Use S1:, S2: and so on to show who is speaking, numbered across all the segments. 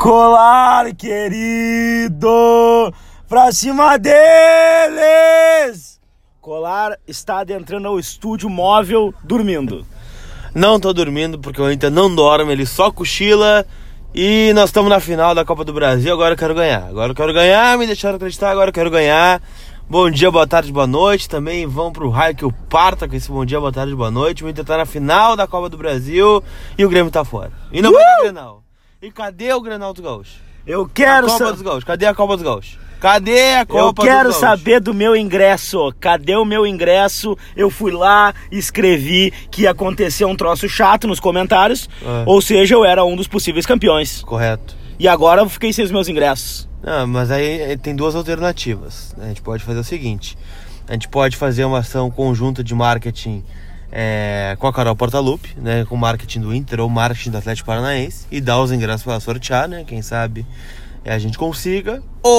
S1: Colar, querido, pra cima deles! Colar está adentrando ao estúdio móvel dormindo.
S2: Não tô dormindo porque o Inter não dorme, ele só cochila. E nós estamos na final da Copa do Brasil, agora eu quero ganhar. Me deixaram acreditar, agora eu quero ganhar. Bom dia, boa tarde, boa noite. Também vão pro raio que eu parta com esse bom dia, boa tarde, boa noite. O Inter tá na final da Copa do Brasil e o Grêmio tá fora. E não vai ter Grenal. E cadê o Grenal dos Gaúchos?
S1: Eu quero
S2: Copa dos Gaúchos. Cadê a Copa dos Gaúchos? Cadê a Copa dos Gaúchos?
S1: Eu quero saber do meu ingresso. Cadê o meu ingresso? Eu fui lá, escrevi que ia acontecer um troço chato nos comentários. Ou seja, eu era um dos possíveis campeões.
S2: Correto.
S1: E agora eu fiquei sem os meus ingressos.
S2: Não, mas aí tem duas alternativas. A gente pode fazer o seguinte. A gente pode fazer uma ação conjunta de marketing com a Carol Portaluppi, né, com o marketing do Inter ou marketing do Atlético Paranaense e dar os ingressos para sortear, né? Quem sabe a gente consiga.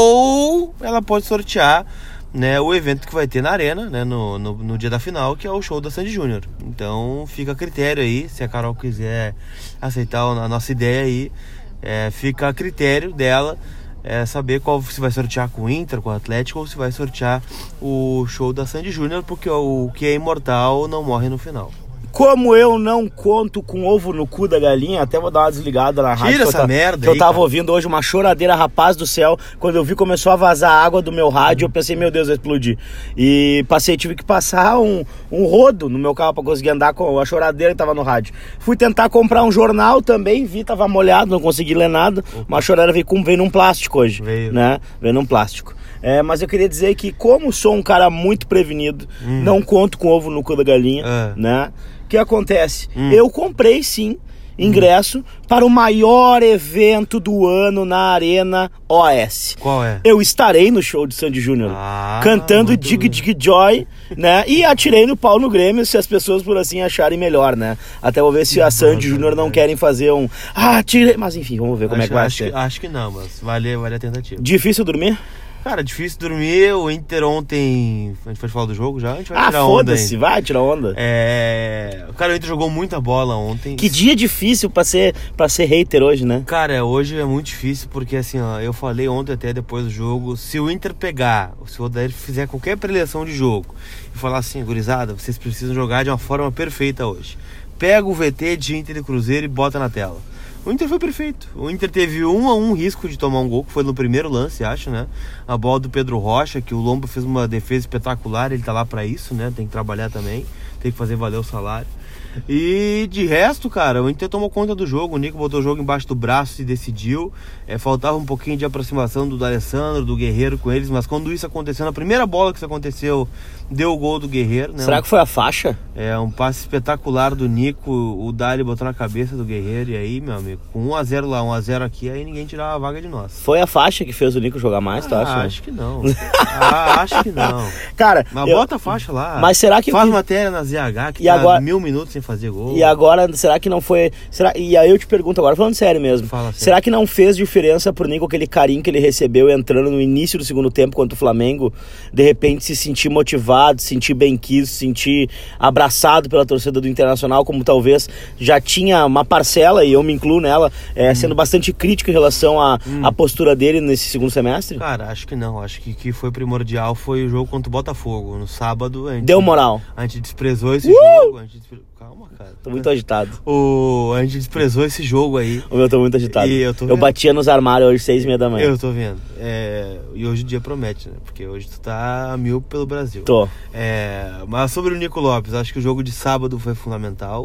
S2: Ou ela pode sortear, né, o evento que vai ter na Arena, né, no dia da final, que é o show da Sandy Júnior. Então fica a critério aí, se a Carol quiser aceitar a nossa ideia aí, fica a critério dela saber qual se vai sortear com o Inter, com o Atlético, ou se vai sortear o show da Sandy Júnior, porque o que é imortal não morre no final.
S1: Como eu não conto com ovo no cu da galinha, até vou dar uma desligada na rádio.
S2: Tira essa merda
S1: que eu tava ouvindo hoje uma choradeira, rapaz do céu. Quando eu vi começou a vazar água do meu rádio, eu pensei, meu Deus, vai explodir. E tive que passar um rodo no meu carro pra conseguir andar com a choradeira que tava no rádio. Fui tentar comprar um jornal também, vi, tava molhado, não consegui ler nada. Uma choradeira veio num plástico hoje, né? Veio num plástico. Mas eu queria dizer que, como sou um cara muito prevenido, não conto com ovo no cu da galinha, né? O que acontece? Eu comprei, sim, ingresso para o maior evento do ano na Arena OS.
S2: Qual é?
S1: Eu estarei no show de Sandy Júnior, cantando Dig Dig Joy, né? E atirei no pau no Grêmio, se as pessoas por assim acharem melhor, né? Até vou ver se a Sandy Júnior não querem fazer um... tirei... Mas enfim, vamos ver como é que vai ser.
S2: Acho que não, mas vale a tentativa.
S1: Difícil dormir?
S2: Cara, difícil dormir. O Inter ontem... A gente pode falar do jogo já? A gente vai tirar onda.
S1: Foda-se, vai tirar onda.
S2: Cara, o Inter jogou muita bola ontem.
S1: Que dia difícil pra ser hater hoje, né?
S2: Cara, hoje é muito difícil porque assim, ó, eu falei ontem até depois do jogo, se o Inter pegar, se o Odair fizer qualquer preleção de jogo e falar assim, gurizada, vocês precisam jogar de uma forma perfeita hoje. Pega o VT de Inter e Cruzeiro e bota na tela. O Inter foi perfeito. O Inter teve 1-1 risco de tomar um gol, que foi no primeiro lance, acho, né? A bola do Pedro Rocha, que o Lomba fez uma defesa espetacular, ele tá lá pra isso, né? Tem que trabalhar também, tem que fazer valer o salário. E de resto, cara, o Inter tomou conta do jogo. O Nico botou o jogo embaixo do braço e decidiu. Faltava um pouquinho de aproximação do Alessandro, do Guerreiro com eles, mas quando isso aconteceu, na primeira bola que isso aconteceu, deu o gol do Guerreiro, né?
S1: Será que foi a faixa?
S2: Um passe espetacular do Nico, o Dali botou na cabeça do Guerreiro. E aí, meu amigo, com 1-0 lá, 1-0 aqui, aí ninguém tirava a vaga de nós.
S1: Foi a faixa que fez o Nico jogar mais, tu acha?
S2: Acho que não. Acho que não.
S1: Cara,
S2: mas bota a faixa lá.
S1: Mas será que...
S2: Faz matéria na ZH, que
S1: e
S2: tá
S1: agora...
S2: 1000 minutos sem fazer gol.
S1: E agora, será que não foi... E aí eu te pergunto agora, falando sério mesmo, será que não fez diferença pro Nico aquele carinho que ele recebeu entrando no início do segundo tempo contra o Flamengo, de repente se sentir motivado, se sentir bem-quisto, se sentir abraçado pela torcida do Internacional, como talvez já tinha uma parcela, e eu me incluo nela, sendo bastante crítico em relação à postura dele nesse segundo semestre?
S2: Cara, acho que não. Acho que foi primordial foi o jogo contra o Botafogo. No sábado,
S1: deu moral.
S2: A gente desprezou esse jogo. Calma, cara.
S1: Tô muito agitado.
S2: A gente desprezou esse jogo aí.
S1: Eu tô muito agitado.
S2: Eu
S1: batia nos armários hoje, 6h30 da manhã.
S2: Eu tô vendo. E hoje o dia promete, né? Porque hoje tu tá a 1000 pelo Brasil.
S1: Tô.
S2: Mas sobre o Nico Lopes, acho que o jogo de sábado foi fundamental.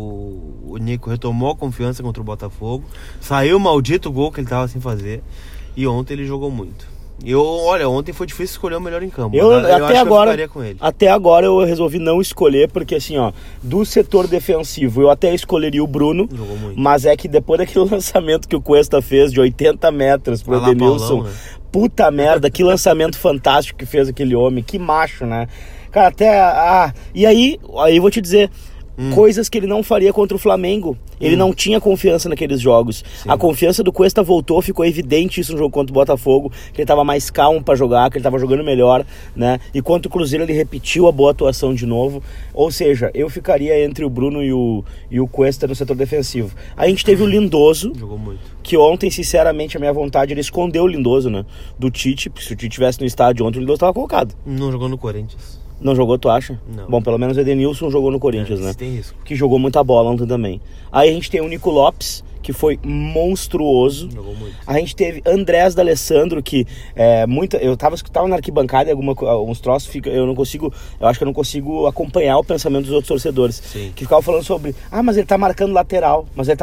S2: O Nico retomou a confiança contra o Botafogo. Saiu o maldito gol que ele tava sem fazer. E ontem ele jogou muito. Ontem foi difícil escolher o melhor em campo. Eu ficaria com ele.
S1: Até agora eu resolvi não escolher, porque assim, ó, do setor defensivo eu até escolheria o Bruno, mas é que depois daquele lançamento que o Cuesta fez de 80 metros pro Edenilson, né? Puta merda, que lançamento fantástico que fez aquele homem, que macho, né? Cara, e aí eu vou te dizer, coisas que ele não faria contra o Flamengo. Ele não tinha confiança naqueles jogos.
S2: Sim.
S1: A confiança do Cuesta voltou, ficou evidente isso no jogo contra o Botafogo, que ele estava mais calmo para jogar, que ele estava jogando melhor, né? E contra o Cruzeiro ele repetiu a boa atuação de novo. Ou seja, eu ficaria entre o Bruno e o Cuesta no setor defensivo. A gente teve o Lindoso,
S2: Jogou muito.
S1: que ontem, sinceramente, a minha vontade era esconder o Lindoso, né? Do Tite, porque se o Tite estivesse no estádio ontem, o Lindoso estava colocado.
S2: Não jogou no Corinthians.
S1: Não jogou, tu acha?
S2: Não.
S1: Bom, pelo menos o Edenilson jogou no Corinthians, né?
S2: Tem risco.
S1: Que jogou muita bola ontem também. Aí a gente tem o Nico Lopes, que foi monstruoso.
S2: Jogou muito.
S1: A gente teve Andrés D'Alessandro, que eu tava na arquibancada e alguns troços, eu acho que eu não consigo acompanhar o pensamento dos outros torcedores.
S2: Sim.
S1: Que ficavam falando sobre, mas ele tá marcando lateral,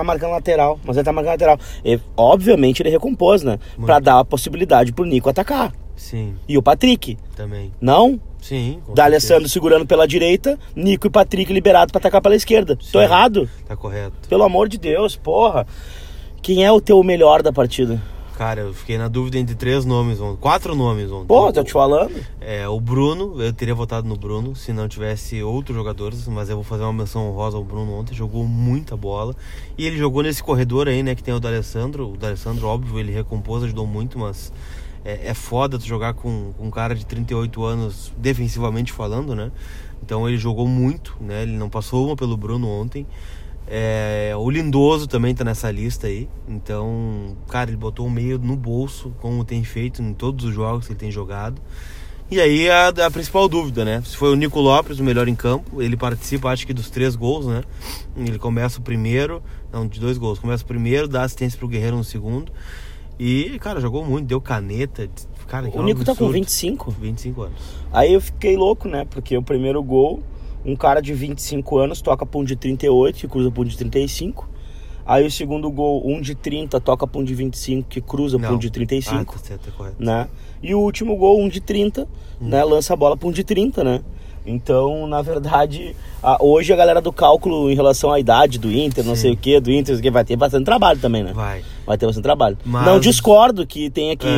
S1: E, obviamente ele recompôs, né?
S2: Muito.
S1: Pra dar a possibilidade pro Nico atacar.
S2: Sim.
S1: E o Patrick.
S2: Também.
S1: Não?
S2: Sim.
S1: D'Alessandro segurando pela direita, Nico e Patrick liberados pra atacar pela esquerda.
S2: Sim.
S1: Tô errado?
S2: Tá correto.
S1: Pelo amor de Deus, porra. Quem é o teu melhor da partida?
S2: Cara, eu fiquei na dúvida entre 4 nomes ontem.
S1: Pô, tô te falando.
S2: O Bruno, eu teria votado no Bruno se não tivesse outros jogadores, mas eu vou fazer uma menção honrosa ao Bruno ontem, jogou muita bola. E ele jogou nesse corredor aí, né, que tem o D'Alessandro. O D'Alessandro, óbvio, ele recompôs, ajudou muito, mas é foda tu jogar com um cara de 38 anos, defensivamente falando, né? Então ele jogou muito, né? Ele não passou uma pelo Bruno ontem. O Lindoso também tá nessa lista aí. Então, cara, ele botou o meio no bolso, como tem feito em todos os jogos que ele tem jogado. E aí a principal dúvida, né? Se foi o Nico Lopes o melhor em campo. Ele participa, acho que dos 3 gols, né? Ele começa o primeiro, não, de 2 gols. Começa o primeiro, dá assistência pro Guerreiro no segundo. E, cara, jogou muito, deu caneta. Cara,
S1: O Nico tá com 25?
S2: 25 anos.
S1: Aí eu fiquei louco, né? Porque o primeiro gol, um cara de 25 anos toca pra um de 38, que cruza pra um de 35. Aí o segundo gol, um de 30, toca pra um de 25, que cruza pra um de 35.
S2: Tá certo, é correto.
S1: Né? E o último gol, um de 30, né? Lança a bola pra um de 30, né? Então, na verdade, hoje a galera do cálculo em relação à idade do Inter, não sei o que, do Inter, vai ter bastante trabalho também, né? Vai ter bastante trabalho.
S2: Mas...
S1: Não discordo que tenha que,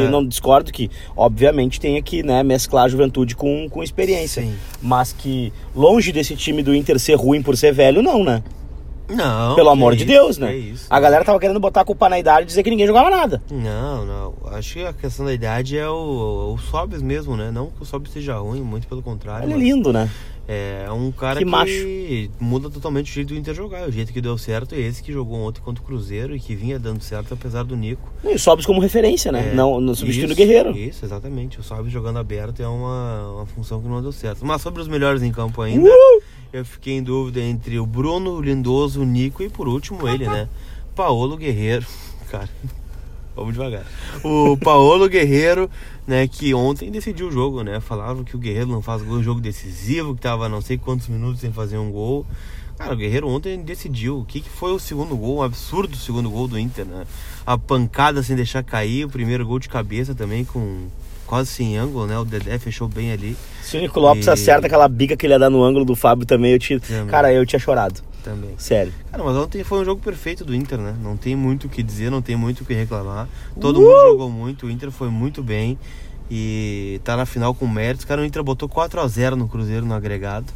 S1: obviamente, tenha que, né, mesclar a juventude com experiência.
S2: Sim.
S1: Mas que longe desse time do Inter ser ruim por ser velho, não, né?
S2: Não.
S1: Pelo amor de Deus, né?
S2: É isso.
S1: A galera tava querendo botar a culpa na idade e dizer que ninguém jogava nada.
S2: Não. Acho que a questão da idade é o Sobis mesmo, né? Não que o Sobis seja ruim, muito pelo contrário.
S1: Ele é lindo, né?
S2: É um cara que muda totalmente o jeito do Inter jogar. O jeito que deu certo é esse que jogou ontem contra o Cruzeiro e que vinha dando certo apesar do Nico.
S1: E o Sobis como referência, né? Não substituindo o Guerreiro.
S2: Isso, exatamente. O Sobis jogando aberto é uma função que não deu certo. Mas sobre os melhores em campo ainda, eu fiquei em dúvida entre o Bruno, o Lindoso, o Nico e por último ele, né? Paolo Guerreiro. Cara, vamos devagar. O Paolo Guerreiro, né, que ontem decidiu o jogo, né? Falavam que o Guerreiro não faz gol em jogo decisivo, que tava não sei quantos minutos sem fazer um gol. Cara, o Guerreiro ontem decidiu. O que foi o segundo gol? Um absurdo segundo gol do Inter, né? A pancada sem deixar cair, o primeiro gol de cabeça também com quase sem ângulo, né? O Dedé fechou bem ali.
S1: Se o Nico Lopes acerta aquela bica que ele ia dar no ângulo do Fábio também, cara, eu tinha chorado.
S2: Também.
S1: Sério.
S2: Cara, mas ontem foi um jogo perfeito do Inter, né? Não tem muito o que dizer, não tem muito o que reclamar. Todo mundo jogou muito, o Inter foi muito bem e tá na final com méritos. Cara, o Inter botou 4-0 no Cruzeiro no agregado.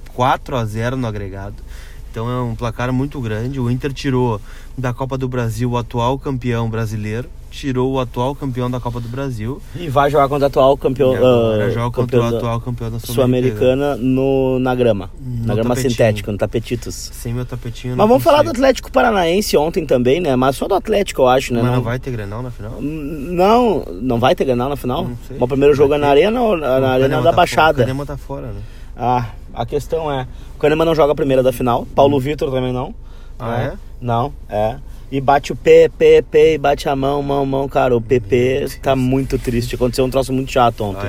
S2: 4-0 no agregado. Então é um placar muito grande. O Inter tirou da Copa do Brasil o atual campeão brasileiro, tirou o atual campeão da Copa do Brasil.
S1: E vai jogar contra o atual campeão.
S2: Joga contra o atual campeão da
S1: Sul-Americana na grama. Na grama
S2: tapetinho.
S1: Sintética, no tapetitos.
S2: Sem meu tapetinho.
S1: Mas vamos falar do Atlético Paranaense ontem também, né? Mas só do Atlético, eu acho, né?
S2: Mas não vai ter Grenal na final?
S1: Não vai ter Grenal na final?
S2: Não sei.
S1: O primeiro jogo é na Arena ou na Arena da Baixada?
S2: O Kahneman tá fora, né?
S1: A questão é, o Kahneman não joga a primeira da final, Paulo Vitor também não.
S2: É?
S1: Não, é. E bate o pé, e bate a mão, cara. O PP tá muito triste. Aconteceu um troço muito chato ontem.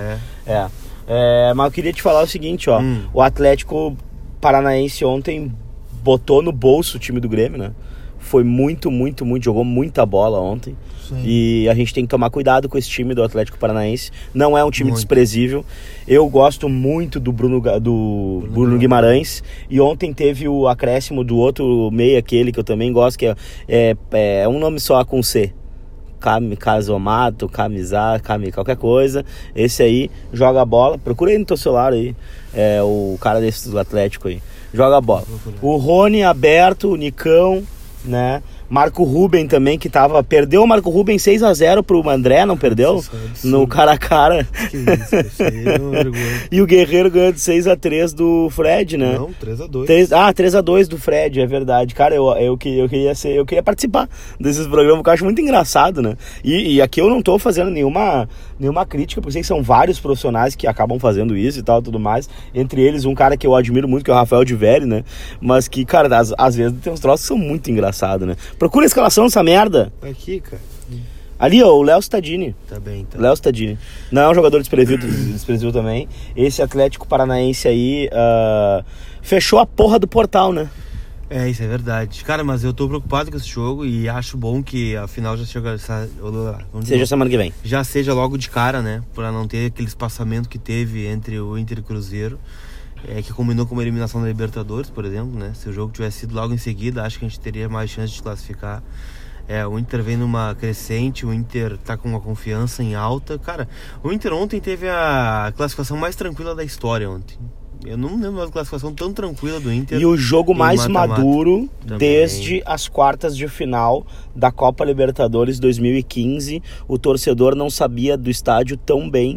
S1: Mas eu queria te falar o seguinte, ó. O Atlético Paranaense ontem botou no bolso o time do Grêmio, né? Foi muito, jogou muita bola ontem. Sim. E a gente tem que tomar cuidado com esse time do Atlético Paranaense. Não é um time desprezível. Eu gosto muito do Bruno Guimarães. E ontem teve o acréscimo do outro meia, aquele que eu também gosto, que é um nome só com C. Casomato, qualquer coisa. Esse aí joga a bola. Procura aí no teu celular aí. É o cara desse do Atlético aí. Joga bola. O Rony aberto, o Nicão, né? Marco Ruben também, que perdeu o Marco Ruben 6-0 pro André, não perdeu? No cara a cara.
S2: Que isso aí é uma vergonha.
S1: E o Guerreiro ganhou de 6-3 do Fred, né?
S2: Não, 3-2.
S1: 3-2 do Fred, é verdade. Cara, eu queria participar desses programas, que eu acho muito engraçado, né? E aqui eu não tô fazendo nenhuma crítica, porque sei que são vários profissionais que acabam fazendo isso e tal, tudo mais. Entre eles, um cara que eu admiro muito, que é o Rafael de Velli, né? Mas que, cara, às vezes tem uns troços que são muito engraçados, né? Procura a escalação dessa merda.
S2: Aqui, cara.
S1: Ali, ó, o Léo Stadini.
S2: Tá bem, tá.
S1: Léo Stadini. Não é um jogador desprezível também. Esse Atlético Paranaense aí fechou a porra do portal, né?
S2: É, isso é verdade. Cara, mas eu tô preocupado com esse jogo e acho bom que a final já
S1: seja semana que vem.
S2: Já seja logo de cara, né? Pra não ter aquele espaçamento que teve entre o Inter e o Cruzeiro. Que combinou com uma eliminação da Libertadores, por exemplo, né? Se o jogo tivesse sido logo em seguida, acho que a gente teria mais chance de classificar. O Inter vem numa crescente, o Inter tá com uma confiança em alta. Cara, o Inter ontem teve a classificação mais tranquila da história ontem. Eu não lembro uma classificação tão tranquila do Inter.
S1: E o jogo mais maduro
S2: também.
S1: Desde as quartas de final da Copa Libertadores 2015. O torcedor não sabia do estádio tão bem,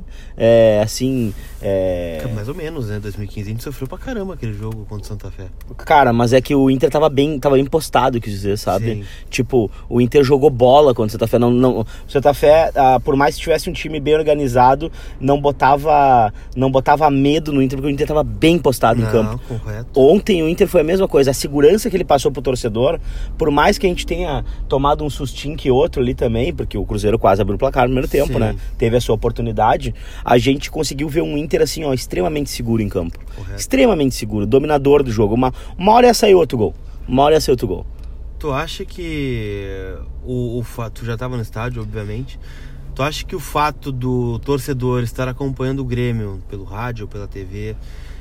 S2: Mais ou menos, né? 2015 a gente sofreu pra caramba aquele jogo contra o Santa Fé.
S1: Cara, mas é que o Inter tava bem postado, quis dizer, sabe?
S2: Sim.
S1: Tipo, o Inter jogou bola contra o Santa Fé. O Santa Fé, por mais que tivesse um time bem organizado, não botava medo no Inter, porque o Inter tava bem postado em campo.
S2: Correto.
S1: Ontem o Inter foi a mesma coisa. A segurança que ele passou pro torcedor, por mais que a gente tenha tomado um sustinho que outro ali também, porque o Cruzeiro quase abriu o placar no primeiro tempo,
S2: Sim.
S1: né? Teve a sua oportunidade. A gente conseguiu ver um Inter assim, ó, extremamente seguro em campo.
S2: Correto.
S1: Extremamente seguro, dominador do jogo. Uma hora ia sair outro gol.
S2: Tu acha que o fato, tu já estava no estádio, obviamente, tu acha que o fato do torcedor estar acompanhando o Grêmio pelo rádio ou pela TV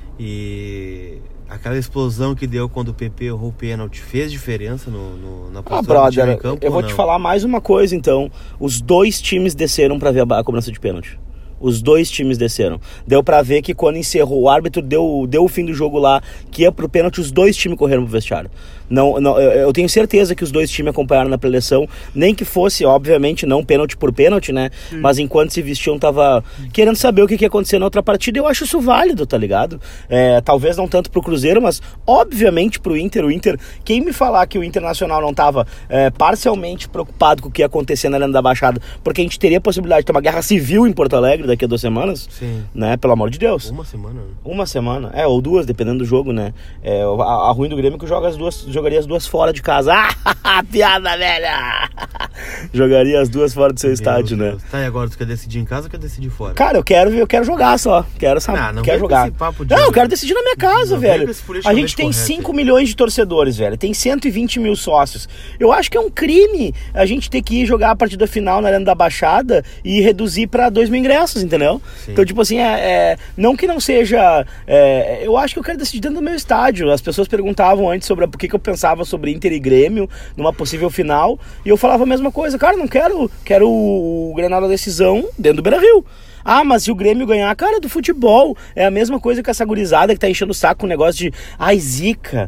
S2: e aquela explosão que deu quando o PP errou o pênalti fez diferença na postura do time em campo?
S1: Eu vou te falar mais uma coisa então. Os dois times desceram para ver a cobrança de pênalti. Os dois times desceram. Deu pra ver que quando encerrou, o árbitro deu o fim do jogo lá, que ia pro pênalti, os dois times correram pro vestiário. Não, eu tenho certeza que os dois times acompanharam na preleção, nem que fosse, obviamente, não pênalti por pênalti, né? Mas enquanto se vestiam, tava querendo saber o que ia acontecer na outra partida. Eu acho isso válido, tá ligado? Talvez não tanto pro Cruzeiro, mas obviamente pro Inter. O Inter, quem me falar que o Internacional não tava parcialmente preocupado com o que ia acontecer na Arena da Baixada, porque a gente teria a possibilidade de ter uma guerra civil em Porto Alegre daqui a 2 semanas,
S2: Sim.
S1: Né? Pelo amor de Deus.
S2: Uma semana, né?
S1: Uma semana, ou 2, dependendo do jogo, né? A ruim do Grêmio é que jogaria as 2 fora de casa. Piada velha! Jogaria as 2 fora do seu estádio,
S2: Deus.
S1: né?
S2: Tá, e agora tu quer decidir em casa ou quer decidir fora?
S1: Cara, eu quero jogar só. Quero saber, quero jogar. Eu quero decidir na minha casa, velho. A gente tem 5 milhões de torcedores, velho. Tem 120 mil sócios. Eu acho que é um crime a gente ter que ir jogar a partida final na Arena da Baixada e reduzir pra 2 mil ingressos, entendeu? Sim. Então, tipo assim, não que não seja... eu acho que eu quero decidir dentro do meu estádio. As pessoas perguntavam antes sobre por que eu pensava sobre Inter e Grêmio numa possível final, e eu falava a mesma coisa. Cara, não quero o Grenal da decisão dentro do Beira-Rio. Mas se o Grêmio ganhar, cara, do futebol. É a mesma coisa que essa gurizada que tá enchendo o saco com o negócio de zica.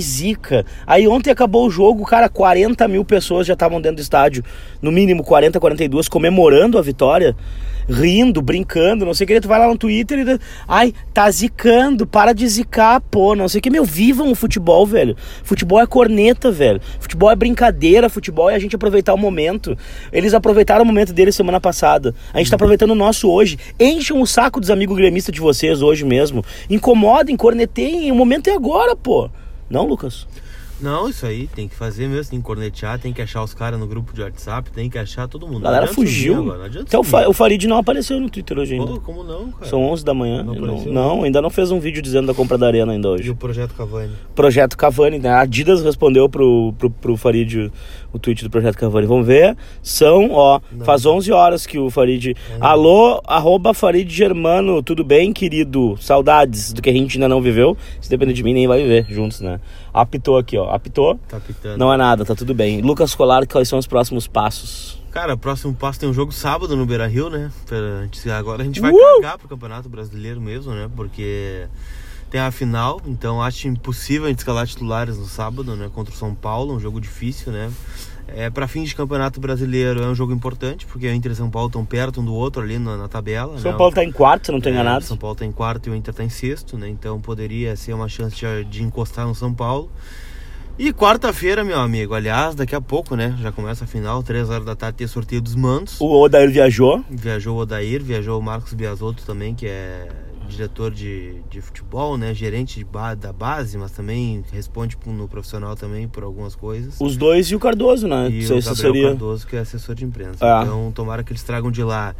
S1: Aí ontem acabou o jogo, cara, 40 mil pessoas já estavam dentro do estádio. No mínimo 40, 42, comemorando a vitória. Rindo, brincando, não sei o que. Tu vai lá no Twitter e... tá zicando, para de zicar, pô, não sei o que. Vivam o futebol, velho. Futebol é corneta, velho. Futebol é brincadeira, futebol é a gente aproveitar o momento. Eles aproveitaram o momento deles semana passada. A gente tá aproveitando o nosso hoje. Encham o saco dos amigos gremistas de vocês hoje mesmo. Incomodem, corneteiem. O momento é agora, pô. Não, Lucas?
S2: Não, isso aí tem que fazer mesmo, tem que cornetear, tem que achar os caras no grupo de WhatsApp, tem que achar todo mundo.
S1: A galera fugiu. Então o Farid não apareceu no Twitter hoje ainda.
S2: Pô, como não, cara?
S1: São 11 da manhã. Não, ainda não fez um vídeo dizendo da compra da Arena ainda hoje.
S2: E o Projeto Cavani?
S1: Projeto Cavani, né? A Adidas respondeu pro Farid o tweet do Projeto Cavani. Vamos ver. Faz 11 horas que o Farid... Alô, @Farid Germano, tudo bem, querido? Saudades do que a gente ainda não viveu. Se depender de mim, nem vai viver juntos, né? Apitou aqui, ó. Apitou?
S2: Tá apitando.
S1: Não é nada, tá tudo bem. Lucas Colar, quais são os próximos passos?
S2: Cara, o próximo passo tem um jogo sábado no Beira-Rio, né? Agora a gente vai cagar pro Campeonato Brasileiro mesmo, né? Porque tem a final, então acho impossível a gente escalar titulares no sábado, né? Contra o São Paulo, um jogo difícil, né? Para fins de campeonato brasileiro é um jogo importante, porque o Inter e São Paulo estão perto um do outro ali na tabela.
S1: São Paulo está em quarto, se não estou enganado.
S2: São Paulo está em quarto e o Inter está em sexto, né? Então poderia ser uma chance de encostar no São Paulo. E quarta-feira, meu amigo, aliás, daqui a pouco, né? Já começa a final, 3 horas da tarde, tem sorteio dos mandos.
S1: O Odair viajou.
S2: Viajou o Odair, viajou o Marcos Biasotto também, que é diretor de futebol, né? Gerente da base, mas também responde no profissional também por algumas coisas.
S1: Os dois e o Cardoso, né?
S2: E o Gabriel Cardoso, que é assessor de imprensa. Então, tomara que eles tragam de lá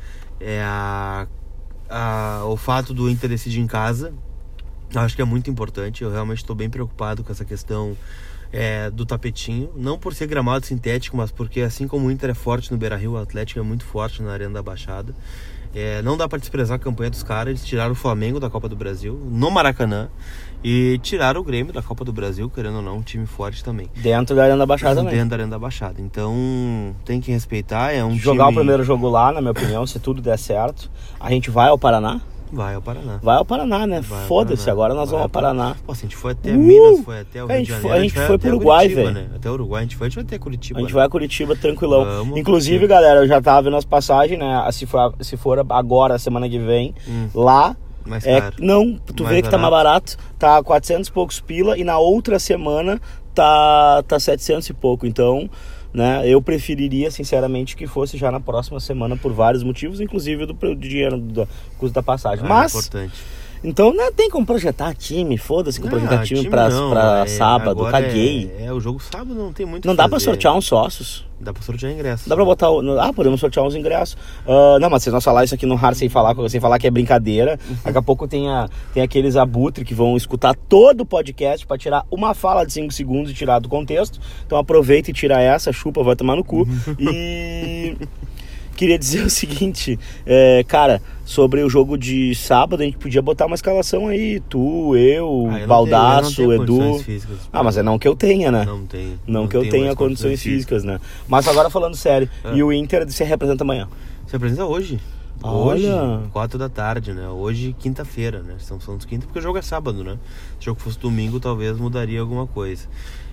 S2: o fato do Inter decidir em casa. Acho que é muito importante. Eu realmente estou bem preocupado com essa questão do tapetinho. Não por ser gramado sintético, mas porque assim como o Inter é forte no Beira-Rio, o Atlético é muito forte na Arena da Baixada. Não dá para desprezar a campanha dos caras. Eles tiraram o Flamengo da Copa do Brasil no Maracanã e tiraram o Grêmio da Copa do Brasil, querendo ou não, um time forte também.
S1: Dentro da Arena da Baixada também.
S2: Dentro da Arena da Baixada. Então tem que respeitar.
S1: Jogar o primeiro jogo lá, na minha opinião, se tudo der certo. A gente vai ao Paraná?
S2: Vai ao Paraná.
S1: Vai ao Paraná, né? Foda-se, agora nós vamos ao Paraná.
S2: Pô, se a gente foi até Minas, foi até o Rio de Janeiro.
S1: A gente foi pro Uruguai, velho.
S2: Né? Até o Uruguai, a gente vai até Curitiba.
S1: A gente vai a Curitiba tranquilão. Inclusive, galera, eu já tava vendo as passagens, né? Se for agora, semana que vem, lá...
S2: Mais caro.
S1: Não, tu vê que tá mais barato. Tá 400 e poucos pila e na outra semana tá 700 e pouco. Então... né? Eu preferiria, sinceramente, que fosse já na próxima semana por vários motivos, inclusive do dinheiro, do custo da passagem. Mas,
S2: importante.
S1: Então não tem como projetar time, foda-se com projetar time pra sábado, caguei.
S2: O jogo sábado não tem muito.
S1: Não dá pra sortear uns sócios.
S2: Dá pra sortear ingressos.
S1: Dá pra botar. Podemos sortear uns ingressos. Não, mas se nós falar isso aqui no RAR sem falar que é brincadeira, daqui a pouco tem aqueles abutres que vão escutar todo o podcast pra tirar uma fala de 5 segundos e tirar do contexto. Então aproveita e tira essa, chupa, vai tomar no cu. E. Queria dizer o seguinte, cara, sobre o jogo de sábado, a gente podia botar uma escalação aí, tu, eu Baldasso, Edu. Mas não que eu tenha, né? Não que eu tenha condições físicas, né? Mas agora falando sério, e o Inter se representa amanhã?
S2: Se apresenta hoje. Hoje, 4 da tarde, né? Hoje, quinta-feira, né? Estamos falando de quinta porque o jogo é sábado, né? Se o jogo fosse domingo, talvez mudaria alguma coisa.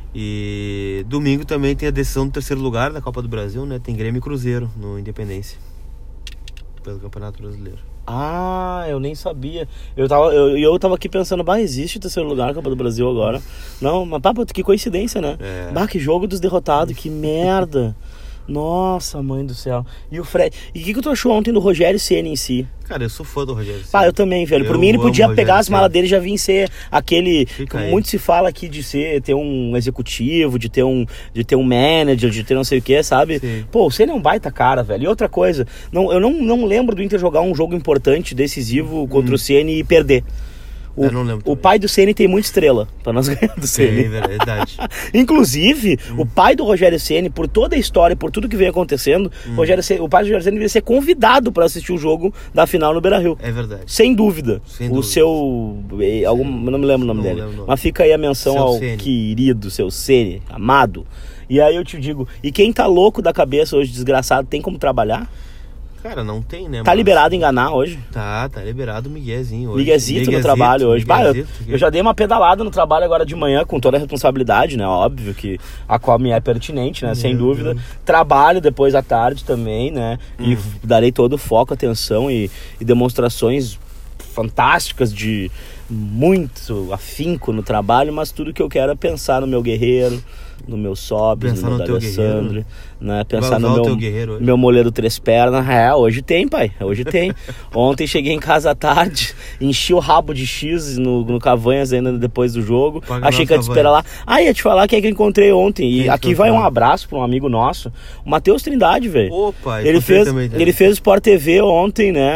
S2: E domingo também tem a decisão do terceiro lugar da Copa do Brasil, né? Tem Grêmio e Cruzeiro no Independência pelo Campeonato Brasileiro.
S1: Eu nem sabia. Eu tava aqui pensando, existe o terceiro lugar na Copa do Brasil agora. Não, mas que coincidência, né? Que jogo dos derrotados, que merda. Nossa, mãe do céu. E o Fred. E o que tu achou ontem do Rogério Ceni em si?
S2: Cara, eu sou fã do Rogério Ceni.
S1: Eu também, velho. Por mim, ele podia pegar as malas dele e já vir ser aquele. Muito se fala aqui de ter um executivo, de ter um manager, de ter não sei o que, sabe? Sim. Pô, o Ceni é um baita cara, velho. E outra coisa, eu não lembro do Inter jogar um jogo importante, decisivo contra o Ceni e perder. O pai do Ceni tem muita estrela pra nós ganhar do Ceni.
S2: É verdade.
S1: Inclusive, o pai do Rogério Ceni, por toda a história, por tudo que vem acontecendo, o pai do Rogério Ceni deveria ser convidado pra assistir o jogo da final no Beira-Rio.
S2: É verdade.
S1: Sem dúvida. Seu... não me lembro o nome dele. Mas fica aí a menção ao querido, seu Ceni, amado. E aí eu te digo, e quem tá louco da cabeça hoje, desgraçado, tem como trabalhar?
S2: Cara, não tem, né?
S1: Tá liberado enganar hoje?
S2: Tá liberado o Miguezinho hoje.
S1: Miguezito no trabalho hoje. Eu já dei uma pedalada no trabalho agora de manhã com toda a responsabilidade, né? Óbvio que a qual me é pertinente, né? Sem dúvida. Trabalho depois à tarde também, né? E darei todo o foco, atenção e demonstrações fantásticas de muito afinco no trabalho, mas tudo que eu quero é pensar no meu guerreiro, no meu Sobis, no meu D'Alessandro, né? Pensar no meu moleiro três pernas. Hoje tem, pai, hoje tem. Ontem cheguei em casa à tarde, enchi o rabo de X no Cavanhas ainda depois do jogo. Achei que ia te esperar lá. Ia te falar quem é que eu encontrei ontem. E aqui vai um abraço para um amigo nosso, o Matheus Trindade, velho.
S2: Opa,
S1: ele fez o Sport TV ontem, né?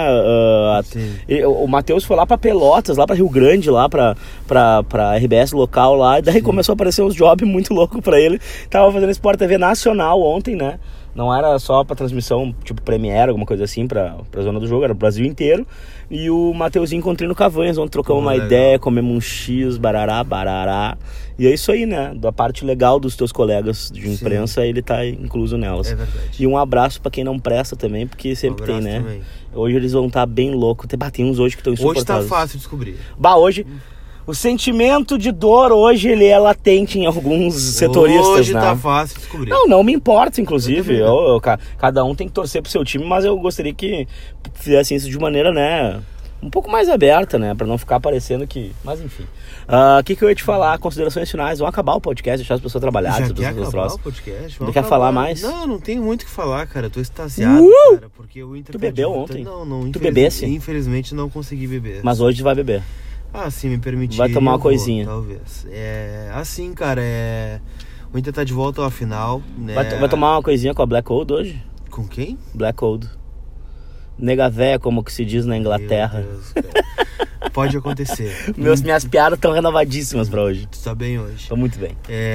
S1: O Matheus foi lá para Pelotas, lá para Rio Grande, lá pra RBS local lá, e daí começou a aparecer uns jobs muito loucos pra ele. Tava fazendo Sport TV nacional ontem, né? Não era só pra transmissão tipo Premiere, alguma coisa assim, pra zona do jogo, era o Brasil inteiro. E o Mateuzinho encontrei no Cavanhas, onde trocamos uma ideia, comemos um X, barará. E é isso aí, né? Da parte legal dos teus colegas de imprensa, ele tá incluso nelas.
S2: É verdade.
S1: E um abraço pra quem não presta também, porque sempre tem, né? Também. Hoje eles vão estar bem loucos. Tem uns hoje que estão insuportáveis.
S2: Hoje tá fácil de descobrir.
S1: O sentimento de dor hoje, ele é latente em alguns setoristas,
S2: hoje
S1: né?
S2: tá fácil descobrir.
S1: Não me importa, inclusive. Cada um tem que torcer pro seu time, mas eu gostaria que fizessem isso de maneira, né, um pouco mais aberta, né, pra não ficar parecendo que... Mas enfim. O que eu ia te falar? Considerações finais. Vão acabar o podcast, deixar as pessoas trabalharem.
S2: Já quer acabar o podcast?
S1: Não quer falar mais?
S2: Não tem muito o que falar, cara. Eu tô extasiado, cara, porque o Inter...
S1: Tu bebeu ontem?
S2: Não.
S1: Tu bebesse?
S2: Infelizmente não consegui beber.
S1: Mas hoje vai beber.
S2: Ah, sim, me permitir.
S1: Vai tomar uma coisinha.
S2: Talvez. Assim, cara, o Inter tá de volta à final, né?
S1: Vai tomar uma coisinha com a Black Old hoje?
S2: Com quem?
S1: Black Old. Nega véia, como que se diz na Inglaterra.
S2: Meu Deus, cara. Pode acontecer.
S1: Minhas piadas estão renovadíssimas pra hoje.
S2: Tu tá bem hoje.
S1: Tô muito bem.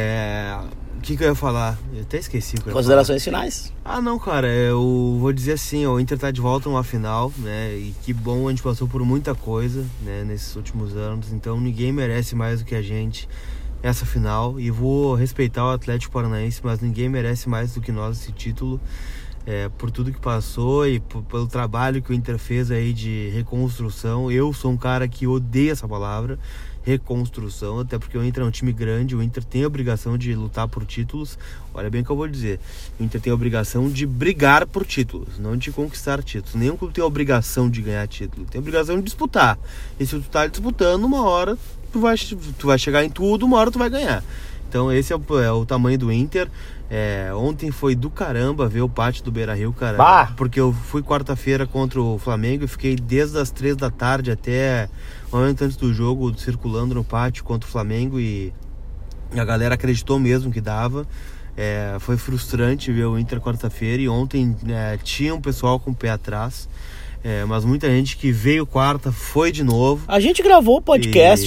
S2: O que eu ia falar? Eu até esqueci o que eu ia
S1: Considerações finais.
S2: Não, cara, eu vou dizer assim, o Inter tá de volta a uma final, né? E que bom, a gente passou por muita coisa, né, nesses últimos anos. Então ninguém merece mais do que a gente essa final. E vou respeitar o Atlético Paranaense, mas ninguém merece mais do que nós esse título. Por tudo que passou e pelo trabalho que o Inter fez aí de reconstrução. Eu sou um cara que odeia essa palavra, reconstrução, até porque o Inter é um time grande, o Inter tem a obrigação de lutar por títulos. Olha bem o que eu vou dizer, o Inter tem a obrigação de brigar por títulos, não de conquistar títulos. Nenhum clube tem a obrigação de ganhar título, tem a obrigação de disputar. E se tu tá disputando, uma hora tu vai chegar em tudo, uma hora tu vai ganhar. Então esse é o tamanho do Inter. Ontem foi do caramba ver o pátio do Beira-Rio, cara.
S1: Bah!
S2: Porque eu fui quarta-feira contra o Flamengo e fiquei desde as 3 da tarde até um momento antes do jogo circulando no pátio contra o Flamengo, e a galera acreditou mesmo que dava. Foi frustrante ver o Inter quarta-feira, e ontem tinha um pessoal com o pé atrás. Mas muita gente que veio quarta foi de novo.
S1: A gente gravou o podcast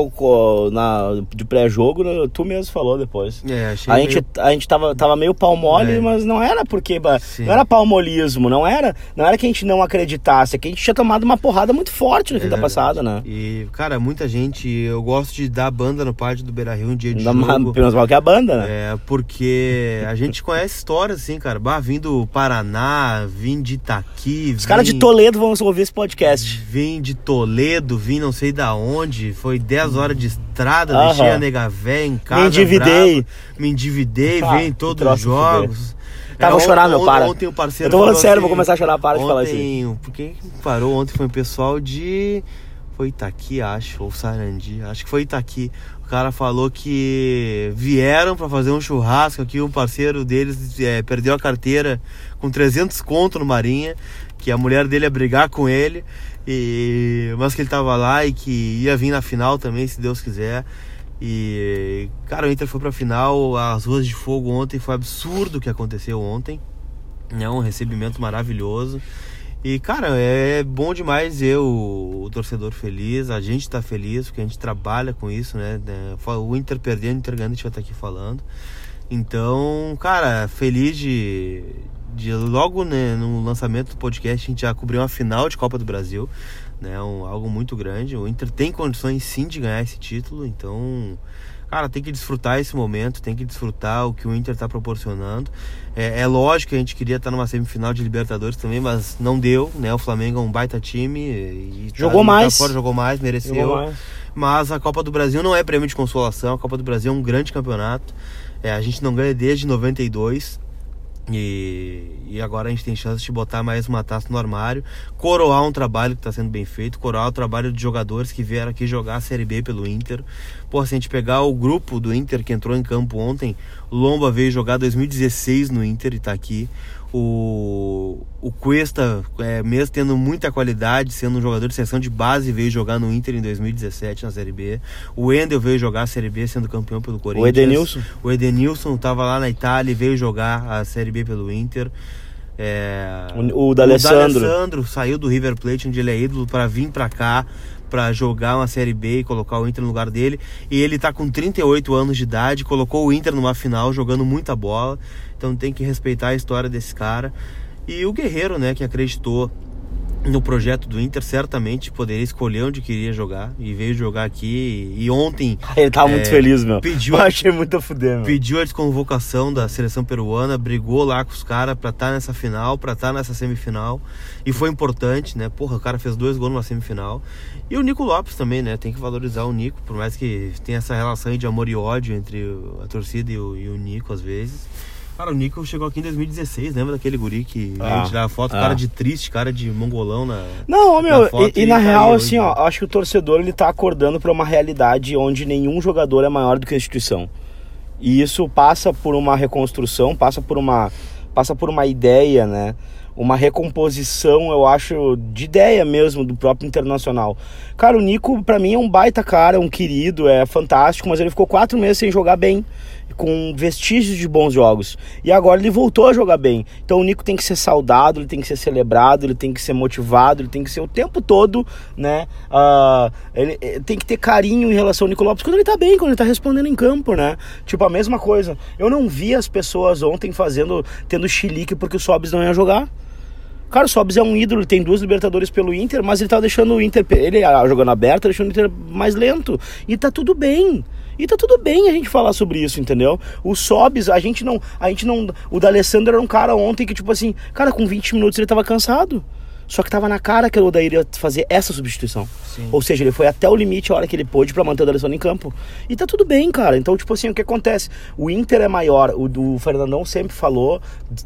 S1: de pré-jogo, né? Tu mesmo falou depois. A gente tava meio pau mole, mas não era porque... Sim. Não era palmolismo, não era que a gente não acreditasse, é que a gente tinha tomado uma porrada muito forte na quinta passada, né?
S2: E, cara, muita gente... Eu gosto de dar banda no pátio do Beira-Rio um dia de jogo.
S1: Menos mal que a banda, né?
S2: Porque a gente conhece histórias, assim, cara. Vim do Paraná, vim de Itaqui...
S1: Os caras de Toledo vão ouvir esse podcast.
S2: Vim de Toledo, vim não sei da onde. Foi 10 horas de estrada, deixei a nega véia em casa. Me endividei, vim em todos os jogos.
S1: Vou chorar, meu, para.
S2: Ontem o parceiro...
S1: Eu tô falando sério, vou começar a chorar, para de falar isso aí.
S2: Por que parou? Ontem foi um pessoal de... Foi Itaqui, acho, ou Sarandi. Acho que foi Itaqui. O cara falou que vieram pra fazer um churrasco aqui. Um parceiro deles perdeu a carteira com 300 conto no Marinha, que a mulher dele ia brigar com ele, mas que ele tava lá e que ia vir na final também, se Deus quiser. E, cara, o Inter foi pra final. As ruas de fogo ontem, foi absurdo o que aconteceu ontem. Um recebimento maravilhoso. E, cara, é bom demais ver o torcedor feliz. A gente tá feliz porque a gente trabalha com isso, né? O Inter perdendo, o Inter ganhando, a gente vai estar aqui falando. Então, cara, feliz de logo, né, no lançamento do podcast, a gente já cobriu uma final de Copa do Brasil, né? Algo muito grande. O Inter tem condições sim de ganhar esse título. Então, cara, tem que desfrutar esse momento, tem que desfrutar o que o Inter tá proporcionando. É lógico que a gente queria estar numa semifinal de Libertadores também, mas não deu, né? O Flamengo é um baita time e
S1: jogou mais,
S2: mereceu.
S1: Jogou mais.
S2: Mas a Copa do Brasil não é prêmio de consolação. A Copa do Brasil é um grande campeonato. A gente não ganha desde 92. E agora a gente tem chance de botar mais uma taça no armário, coroar um trabalho que está sendo bem feito, coroar o trabalho de jogadores que vieram aqui jogar a Série B pelo Inter. Pô, se a gente pegar o grupo do Inter que entrou em campo ontem, o Lomba veio jogar 2016 no Inter e tá aqui. O Cuesta, mesmo tendo muita qualidade, sendo um jogador de seleção de base, veio jogar no Inter em 2017 na Série B. O Wendel veio jogar a Série B sendo campeão pelo Corinthians. O Edenilson estava lá na Itália e veio jogar a Série B pelo Inter.
S1: O D'Alessandro
S2: saiu do River Plate, onde ele é ídolo, para vir para cá para jogar uma Série B e colocar o Inter no lugar dele. E ele tá com 38 anos de idade, colocou o Inter numa final, jogando muita bola. Então tem que respeitar a história desse cara. E o Guerreiro, né, que acreditou no projeto do Inter, certamente poderia escolher onde queria jogar, e veio jogar aqui, e ontem...
S1: Ele tava muito feliz, meu.
S2: Pediu,
S1: eu achei muito a fuder, meu.
S2: Pediu a desconvocação da seleção peruana, brigou lá com os caras pra estar nessa final, pra estar nessa semifinal, e foi importante, né? Porra, o cara fez 2 gols numa semifinal. E o Nico Lopes também, né? Tem que valorizar o Nico, por mais que tenha essa relação de amor e ódio entre a torcida e o Nico, às vezes. Cara, o Nico chegou aqui em 2016, lembra daquele guri que a gente tirava foto, cara de triste, cara de mongolão na...
S1: Não, meu,
S2: foto,
S1: e na real, assim,
S2: hoje,
S1: ó, acho que o torcedor, ele tá acordando pra uma realidade onde nenhum jogador é maior do que a instituição. E isso passa por uma reconstrução, passa por uma ideia, né? Uma recomposição, eu acho, de ideia mesmo do próprio Internacional. Cara, o Nico, pra mim, é um baita cara, um querido, é fantástico, mas ele ficou 4 meses sem jogar bem, com vestígios de bons jogos. E agora ele voltou a jogar bem. Então o Nico tem que ser saudado, ele tem que ser celebrado, ele tem que ser motivado, ele tem que ser o tempo todo, né? Ele tem que ter carinho em relação ao Nico Lopes quando ele tá bem, quando ele tá respondendo em campo, né? Tipo, a mesma coisa. Eu não vi as pessoas ontem tendo chilique porque o Sobis não ia jogar. Cara, o Sobis é um ídolo, ele tem 2 Libertadores pelo Inter, mas ele tá deixando o Inter, ele jogando aberto, deixando o Inter mais lento. E tá tudo bem. E tá tudo bem a gente falar sobre isso, entendeu? O Sobis, a gente não... O D'Alessandro era um cara ontem que, tipo assim, cara, com 20 minutos ele tava cansado. Só que tava na cara que o Odair ia fazer essa substituição. Sim. Ou seja, ele foi até o limite a hora que ele pôde pra manter o D'Alessandro em campo. E tá tudo bem, cara. Então, tipo assim, o que acontece? O Inter é maior. O Fernandão sempre falou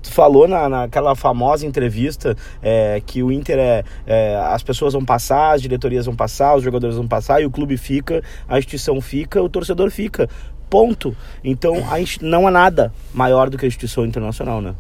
S1: naquela famosa entrevista que o Inter as pessoas vão passar, as diretorias vão passar, os jogadores vão passar, e o clube fica, a instituição fica, o torcedor fica. Ponto. Então, não há nada maior do que a instituição internacional, né?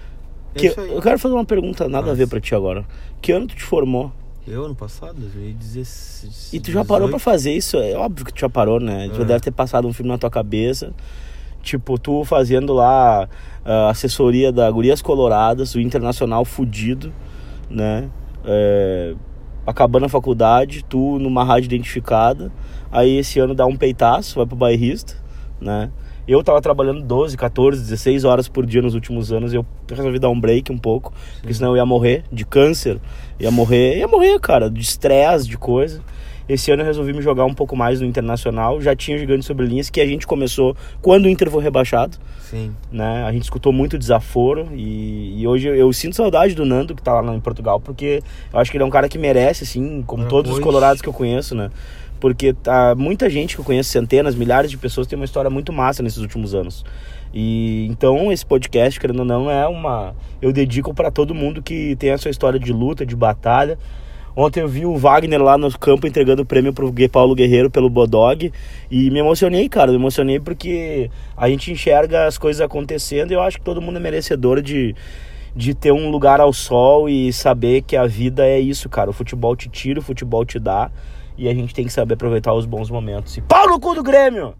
S1: Eu quero fazer uma pergunta, nada a ver pra ti agora. Que ano tu te formou?
S2: Eu, ano passado, 2016.
S1: E tu já parou pra fazer isso? É óbvio que tu já parou, né? Tu deve ter passado um filme na tua cabeça. Tipo, tu fazendo lá a assessoria da Gurias Coloradas, o Internacional fudido, né? Acabando a faculdade, tu numa rádio identificada. Aí esse ano dá um peitaço, vai pro bairrista, né? Eu tava trabalhando 12, 14, 16 horas por dia nos últimos anos. E eu resolvi dar um break um pouco. Sim. Porque senão eu ia morrer de câncer. Ia morrer, cara, de estresse, de coisa. Esse ano eu resolvi me jogar um pouco mais no Internacional. Já tinha Gigante Sobre Linhas, que a gente começou quando o Inter foi rebaixado. Sim. Né? A gente escutou muito desaforo. E hoje eu sinto saudade do Nando, que tá lá em Portugal. Porque eu acho que ele é um cara que merece, assim, como todos os colorados que eu conheço, né? Porque muita gente que eu conheço, centenas, milhares de pessoas, tem uma história muito massa nesses últimos anos. E então esse podcast, querendo ou não, eu dedico para todo mundo que tem a sua história de luta, de batalha. Ontem eu vi o Wagner lá no campo entregando o prêmio pro Paulo Guerreiro pelo Bodog. E me emocionei, cara. Me emocionei porque a gente enxerga as coisas acontecendo e eu acho que todo mundo é merecedor de ter um lugar ao sol e saber que a vida é isso, cara. O futebol te tira, o futebol te dá. E a gente tem que saber aproveitar os bons momentos. E pau no cu do Grêmio!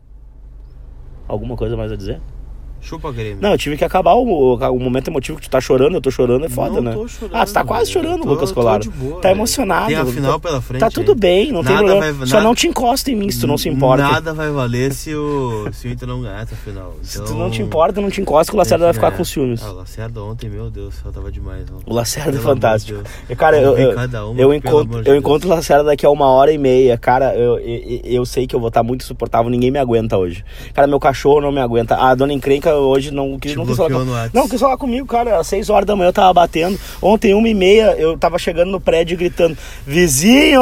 S1: Alguma coisa mais a dizer?
S2: Chupa, Grêmio.
S1: Não, eu tive que acabar o momento emotivo que tu tá chorando, eu tô chorando, é foda, né?
S2: Tô chorando.
S1: Você tá quase chorando, Lucas Colaro. Tá emocionado.
S2: Tem a final pela frente.
S1: Tá tudo bem, não tem problema. Só não te encosta em mim se tu não se importa.
S2: Nada vai valer se o Inter não ganhar essa final. Então...
S1: Se tu não te importa, não te encosta, que o Lacerda vai ficar com ciúmes.
S2: O Lacerda ontem, meu Deus, só tava demais.
S1: O Lacerda é fantástico. Cara, eu encontro o Lacerda daqui a 1h30. Cara, eu sei que eu vou estar muito insuportável, ninguém me aguenta hoje. Cara, meu cachorro não me aguenta. A dona encrenca hoje não quis falar comigo, cara. Às 6 horas da manhã eu tava batendo. Ontem, 1h30, eu tava chegando no prédio gritando: vizinho!